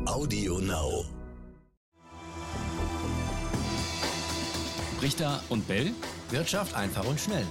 Audio Now. Richter und Bell. Wirtschaft einfach und schnell.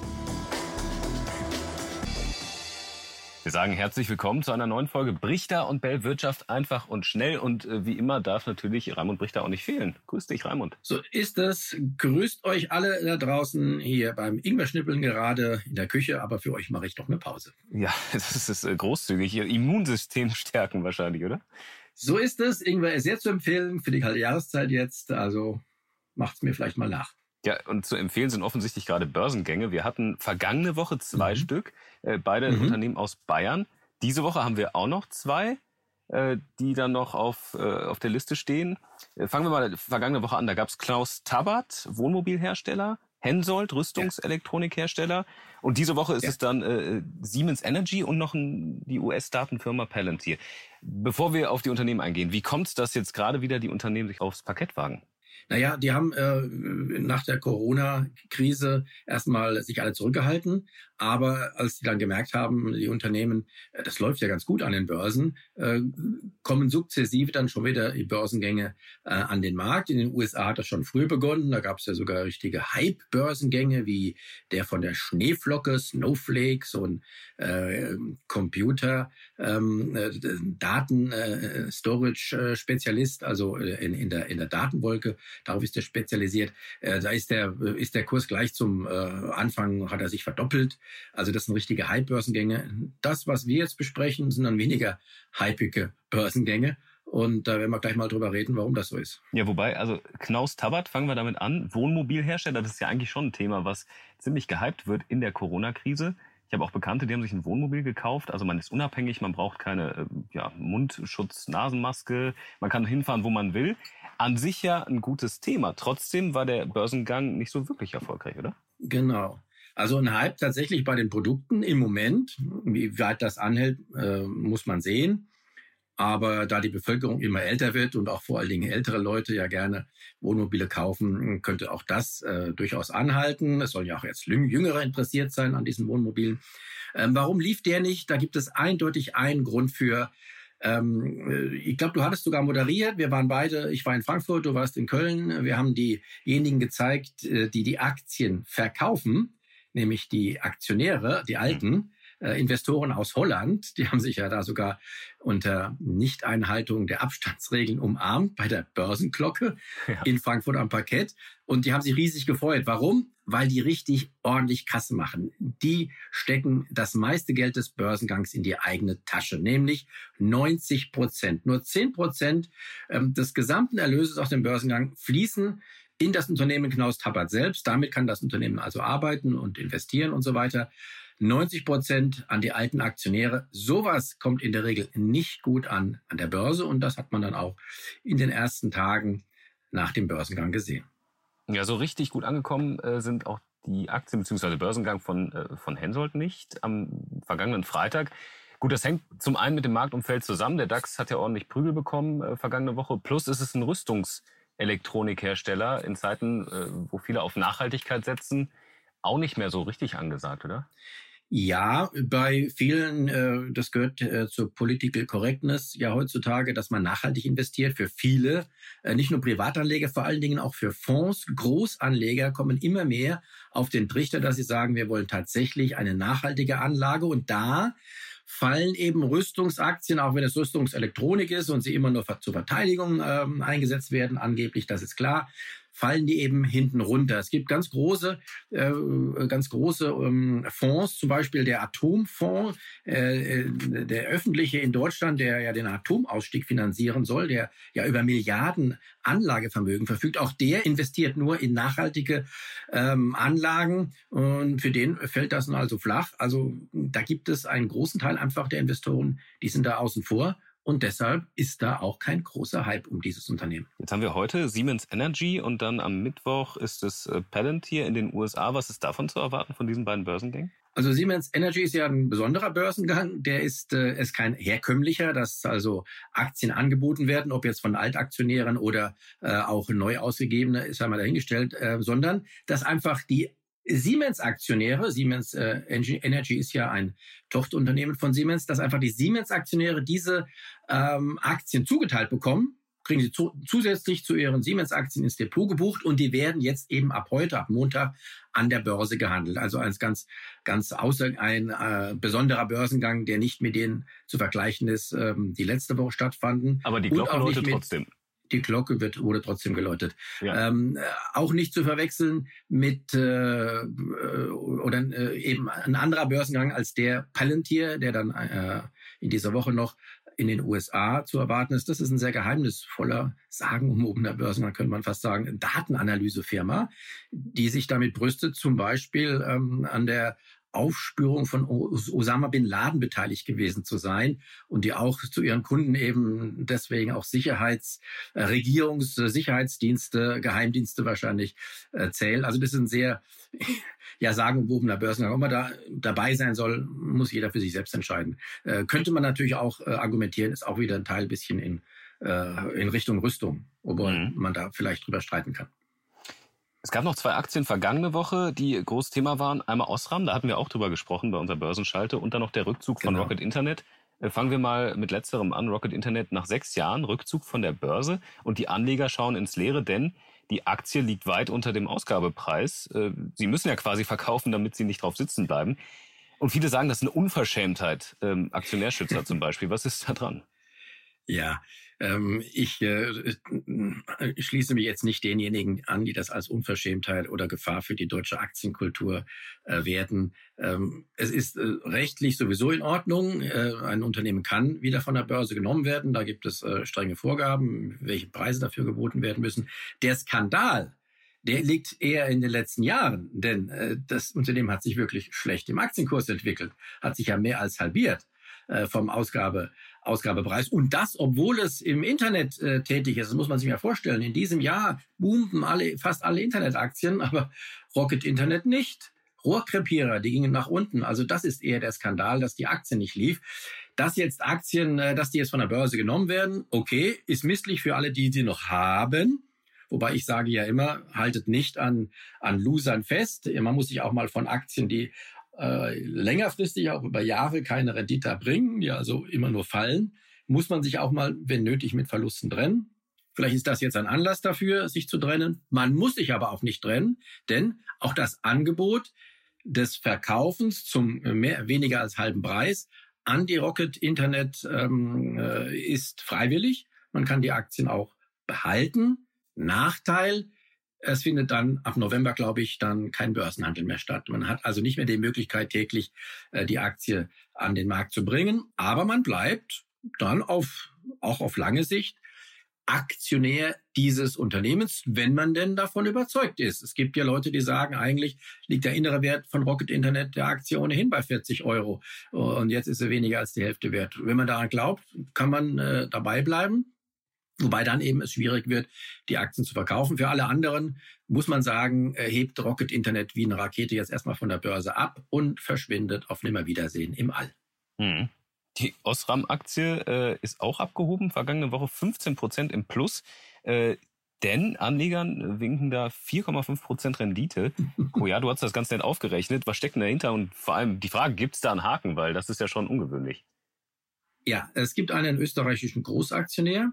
Wir sagen herzlich willkommen zu einer neuen Folge Brichter und Bell, Wirtschaft einfach und schnell. Und wie immer darf natürlich Raimund Brichter auch nicht fehlen. Grüß dich, Raimund. So ist es. Grüßt euch alle da draußen hier beim Ingwer-Schnippeln gerade in der Küche. Aber für euch mache ich doch eine Pause. Ja, das ist großzügig. Ihr Immunsystem stärken wahrscheinlich, oder? So ist es. Ingwer ist sehr zu empfehlen für die kalte Jahreszeit jetzt. Also macht's mir vielleicht mal nach. Ja, und zu empfehlen sind offensichtlich gerade Börsengänge. Wir hatten vergangene Woche 2 Stück, beide Unternehmen aus Bayern. Diese Woche haben wir auch noch 2, die dann noch auf der Liste stehen. Fangen wir mal vergangene Woche an. Da gab's Knaus Tabbert, Wohnmobilhersteller, Hensoldt, Rüstungselektronikhersteller. Und diese Woche ist es dann Siemens Energy und noch die US-Datenfirma Palantir. Bevor wir auf die Unternehmen eingehen, wie kommt es, dass jetzt gerade wieder die Unternehmen sich aufs Parkett wagen? Naja, die haben nach der Corona-Krise erstmal sich alle zurückgehalten. Aber als die dann gemerkt haben, die Unternehmen, das läuft ja ganz gut an den Börsen, kommen sukzessive dann schon wieder die Börsengänge an den Markt. In den USA hat das schon früh begonnen. Da gab es ja sogar richtige Hype-Börsengänge, wie der von der Schneeflocke, Snowflake, so ein Computer, Daten-Storage-Spezialist, also in der Datenwolke. Darauf ist er spezialisiert. Da ist der Kurs gleich zum Anfang, hat er sich verdoppelt. Also das sind richtige Hype-Börsengänge. Das, was wir jetzt besprechen, sind dann weniger hypige Börsengänge. Und da werden wir gleich mal drüber reden, warum das so ist. Ja, wobei, also Knaus Tabbert, fangen wir damit an. Wohnmobilhersteller, das ist ja eigentlich schon ein Thema, was ziemlich gehypt wird in der Corona-Krise. Ich habe auch Bekannte, die haben sich ein Wohnmobil gekauft. Also man ist unabhängig, man braucht keine Mundschutz, Nasenmaske. Man kann hinfahren, wo man will. An sich ja ein gutes Thema. Trotzdem war der Börsengang nicht so wirklich erfolgreich, oder? Genau. Also ein Hype tatsächlich bei den Produkten im Moment. Wie weit das anhält, muss man sehen. Aber da die Bevölkerung immer älter wird und auch vor allen Dingen ältere Leute ja gerne Wohnmobile kaufen, könnte auch das durchaus anhalten. Es sollen ja auch jetzt Jüngere interessiert sein an diesen Wohnmobilen. Warum lief der nicht? Da gibt es eindeutig einen Grund für. Ich glaube, du hattest sogar moderiert. Wir waren beide, ich war in Frankfurt, du warst in Köln. Wir haben diejenigen gezeigt, die Aktien verkaufen, nämlich die Aktionäre, die alten Investoren aus Holland. Die haben sich ja da sogar unter Nichteinhaltung der Abstandsregeln umarmt bei der Börsenglocke in Frankfurt am Parkett. Und die haben sich riesig gefreut. Warum? Weil die richtig ordentlich Kasse machen. Die stecken das meiste Geld des Börsengangs in die eigene Tasche, nämlich 90%. Nur 10% des gesamten Erlöses aus dem Börsengang fließen in das Unternehmen Knaus Tabbert selbst. Damit kann das Unternehmen also arbeiten und investieren und so weiter. 90% an die alten Aktionäre. Sowas kommt in der Regel nicht gut an der Börse. Und das hat man dann auch in den ersten Tagen nach dem Börsengang gesehen. Ja, so richtig gut angekommen sind auch die Aktien bzw. Börsengang von Hensoldt nicht am vergangenen Freitag. Gut, das hängt zum einen mit dem Marktumfeld zusammen. Der DAX hat ja ordentlich Prügel bekommen vergangene Woche. Plus ist es ein Rüstungselektronikhersteller in Zeiten, wo viele auf Nachhaltigkeit setzen, auch nicht mehr so richtig angesagt, oder? Ja, bei vielen, das gehört zur Political Correctness ja heutzutage, dass man nachhaltig investiert. Für viele, nicht nur Privatanleger, vor allen Dingen auch für Fonds, Großanleger kommen immer mehr auf den Trichter, dass sie sagen, wir wollen tatsächlich eine nachhaltige Anlage. Und da fallen eben Rüstungsaktien, auch wenn es Rüstungselektronik ist und sie immer nur zur Verteidigung eingesetzt werden, angeblich, das ist klar, fallen die eben hinten runter. Es gibt ganz große Fonds, zum Beispiel der Atomfonds, der öffentliche in Deutschland, der ja den Atomausstieg finanzieren soll, der ja über Milliarden Anlagevermögen verfügt. Auch der investiert nur in nachhaltige Anlagen und für den fällt das nun also flach. Also da gibt es einen großen Teil einfach der Investoren, die sind da außen vor. Und deshalb ist da auch kein großer Hype um dieses Unternehmen. Jetzt haben wir heute Siemens Energy und dann am Mittwoch ist es Palantir in den USA. Was ist davon zu erwarten, von diesen beiden Börsengängen? Also Siemens Energy ist ja ein besonderer Börsengang. Der ist kein herkömmlicher, dass also Aktien angeboten werden, ob jetzt von Altaktionären oder auch neu ausgegebene, ist einmal dahingestellt, sondern dass einfach die Siemens-Aktionäre, Siemens Energy ist ja ein Tochterunternehmen von Siemens, dass einfach die Siemens-Aktionäre diese Aktien zugeteilt bekommen, kriegen sie zusätzlich zu ihren Siemens-Aktien ins Depot gebucht und die werden jetzt eben ab heute, ab Montag an der Börse gehandelt. Also ein besonderer Börsengang, der nicht mit denen zu vergleichen ist, die letzte Woche stattfanden. Aber die Glocke läutet trotzdem. Die Glocke wurde trotzdem geläutet. Ja. Auch nicht zu verwechseln mit eben ein anderer Börsengang als der Palantir, der dann in dieser Woche noch in den USA zu erwarten ist. Das ist ein sehr geheimnisvoller, sagenumwobener Börsengang, könnte man fast sagen, Datenanalysefirma, die sich damit brüstet, zum Beispiel an der Aufspürung von Osama bin Laden beteiligt gewesen zu sein und die auch zu ihren Kunden eben deswegen auch Sicherheitsdienste, Geheimdienste wahrscheinlich zählen. Also das ist ein sehr sagenumwobener Börsengang. Ob man da dabei sein soll, muss jeder für sich selbst entscheiden. Könnte man natürlich auch argumentieren, ist auch wieder ein Teil bisschen in Richtung Rüstung, obwohl man da vielleicht drüber streiten kann. Es gab noch 2 Aktien vergangene Woche, die großes Thema waren. Einmal Osram, da hatten wir auch drüber gesprochen bei unserer Börsenschalte. Und dann noch der Rückzug von Rocket Internet. Fangen wir mal mit letzterem an. Rocket Internet nach 6 Jahren, Rückzug von der Börse. Und die Anleger schauen ins Leere, denn die Aktie liegt weit unter dem Ausgabepreis. Sie müssen ja quasi verkaufen, damit sie nicht drauf sitzen bleiben. Und viele sagen, das ist eine Unverschämtheit. Aktionärschützer zum Beispiel. Was ist da dran? Ja, ich schließe mich jetzt nicht denjenigen an, die das als Unverschämtheit oder Gefahr für die deutsche Aktienkultur werten. Es ist rechtlich sowieso in Ordnung. Ein Unternehmen kann wieder von der Börse genommen werden. Da gibt es strenge Vorgaben, welche Preise dafür geboten werden müssen. Der Skandal, der liegt eher in den letzten Jahren, denn das Unternehmen hat sich wirklich schlecht im Aktienkurs entwickelt, hat sich ja mehr als halbiert vom Ausgabepreis. Und das, obwohl es im Internet tätig ist. Das muss man sich mal vorstellen. In diesem Jahr boomten fast alle Internetaktien, aber Rocket Internet nicht. Rohrkrepierer, die gingen nach unten. Also das ist eher der Skandal, dass die Aktie nicht lief. Dass jetzt dass die jetzt von der Börse genommen werden, okay, ist misslich für alle, die sie noch haben. Wobei ich sage ja immer, haltet nicht an Losern fest. Man muss sich auch mal von Aktien, die längerfristig auch über Jahre keine Rendite bringen, die also immer nur fallen, muss man sich auch mal, wenn nötig, mit Verlusten trennen. Vielleicht ist das jetzt ein Anlass dafür, sich zu trennen. Man muss sich aber auch nicht trennen, denn auch das Angebot des Verkaufens zum weniger als halben Preis an die Rocket Internet ist freiwillig. Man kann die Aktien auch behalten. Nachteil: Es findet dann ab November, glaube ich, dann kein Börsenhandel mehr statt. Man hat also nicht mehr die Möglichkeit, täglich die Aktie an den Markt zu bringen. Aber man bleibt dann auch auf lange Sicht Aktionär dieses Unternehmens, wenn man denn davon überzeugt ist. Es gibt ja Leute, die sagen, eigentlich liegt der innere Wert von Rocket Internet der Aktie ohnehin bei 40 € und jetzt ist sie weniger als die Hälfte wert. Wenn man daran glaubt, kann man dabei bleiben. Wobei dann eben es schwierig wird, die Aktien zu verkaufen. Für alle anderen muss man sagen, hebt Rocket Internet wie eine Rakete jetzt erstmal von der Börse ab und verschwindet auf Nimmerwiedersehen im All. Die Osram-Aktie ist auch abgehoben, vergangene Woche 15% im Plus. Denn Anlegern winken da 4,5% Rendite. Oh ja, du hast das ganz nett aufgerechnet. Was steckt denn dahinter? Und vor allem die Frage, gibt es da einen Haken? Weil das ist ja schon ungewöhnlich. Ja, es gibt einen österreichischen Großaktionär,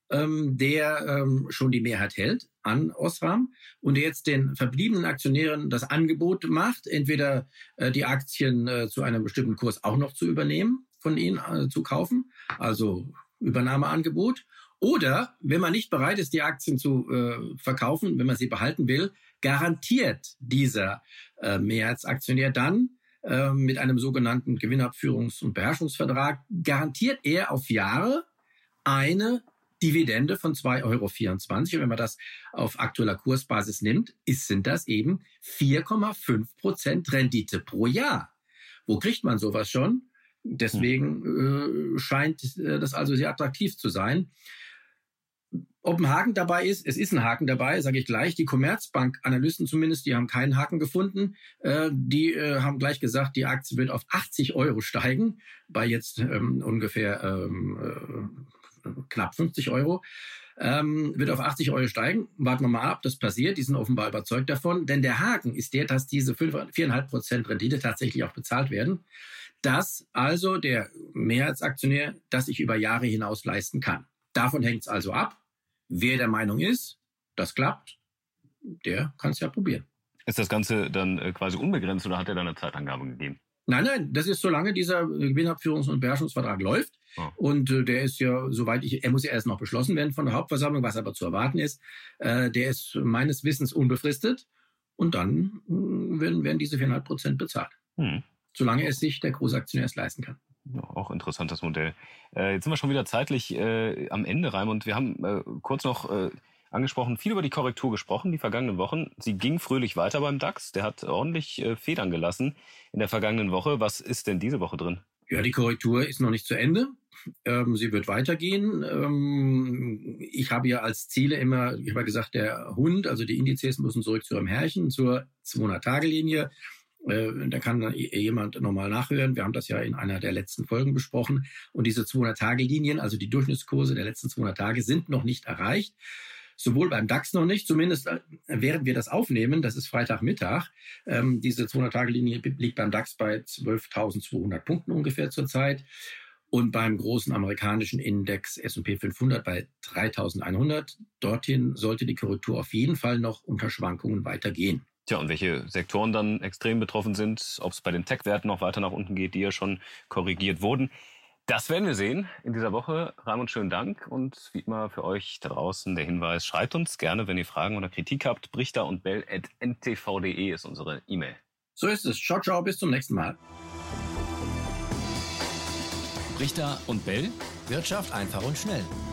der schon die Mehrheit hält an Osram und der jetzt den verbliebenen Aktionären das Angebot macht, entweder die Aktien zu einem bestimmten Kurs auch noch zu übernehmen, von ihnen zu kaufen, also Übernahmeangebot, oder wenn man nicht bereit ist, die Aktien zu verkaufen, wenn man sie behalten will, garantiert dieser Mehrheitsaktionär dann mit einem sogenannten Gewinnabführungs- und Beherrschungsvertrag, garantiert er auf Jahre eine Dividende von 2,24 €. Und wenn man das auf aktueller Kursbasis nimmt, sind das eben 4,5% Rendite pro Jahr. Wo kriegt man sowas schon? Deswegen scheint das also sehr attraktiv zu sein. Ob ein Haken dabei ist, es ist ein Haken dabei, sage ich gleich. Die Commerzbank-Analysten zumindest, die haben keinen Haken gefunden. Die haben gleich gesagt, die Aktie wird auf 80 € steigen, bei jetzt ungefähr knapp 50 €. wird auf 80 Euro steigen. Warten wir mal ab, das passiert. Die sind offenbar überzeugt davon. Denn der Haken ist der, dass diese 4,5% Rendite tatsächlich auch bezahlt werden. Dass also der Mehrheitsaktionär das sich über Jahre hinaus leisten kann. Davon hängt es also ab. Wer der Meinung ist, das klappt, der kann es ja probieren. Ist das Ganze dann quasi unbegrenzt oder hat er da eine Zeitangabe gegeben? Nein, das ist, solange dieser Gewinnabführungs- und Beherrschungsvertrag läuft. Oh. Und der ist ja, er muss ja erst noch beschlossen werden von der Hauptversammlung, was aber zu erwarten ist. Der ist meines Wissens unbefristet. Und dann werden diese 4,5% bezahlt. Solange es sich der Großaktionär erst leisten kann. Ja, auch interessantes Modell. Jetzt sind wir schon wieder zeitlich am Ende, Raimund. Wir haben kurz noch angesprochen, viel über die Korrektur gesprochen, die vergangenen Wochen. Sie ging fröhlich weiter beim DAX. Der hat ordentlich Federn gelassen in der vergangenen Woche. Was ist denn diese Woche drin? Ja, die Korrektur ist noch nicht zu Ende. Sie wird weitergehen. Ich habe ja als Ziele immer, ich habe gesagt, der Hund, also die Indizes müssen zurück zu ihrem Herrchen, zur 200-Tage-Linie. Da kann dann jemand nochmal nachhören. Wir haben das ja in einer der letzten Folgen besprochen. Und diese 200-Tage-Linien, also die Durchschnittskurse der letzten 200 Tage, sind noch nicht erreicht. Sowohl beim DAX noch nicht, zumindest während wir das aufnehmen, das ist Freitagmittag. Diese 200-Tage-Linie liegt beim DAX bei 12.200 Punkten ungefähr zurzeit und beim großen amerikanischen Index S&P 500 bei 3.100. Dorthin sollte die Korrektur auf jeden Fall noch unter Schwankungen weitergehen. Tja, und welche Sektoren dann extrem betroffen sind, ob es bei den Tech-Werten noch weiter nach unten geht, die ja schon korrigiert wurden. Das werden wir sehen in dieser Woche. Raimund, schönen Dank. Und wie immer für euch da draußen der Hinweis, schreibt uns gerne, wenn ihr Fragen oder Kritik habt. brichter.bell@ntv.de ist unsere E-Mail. So ist es. Ciao, ciao, bis zum nächsten Mal. Brichter und Bell. Wirtschaft einfach und schnell.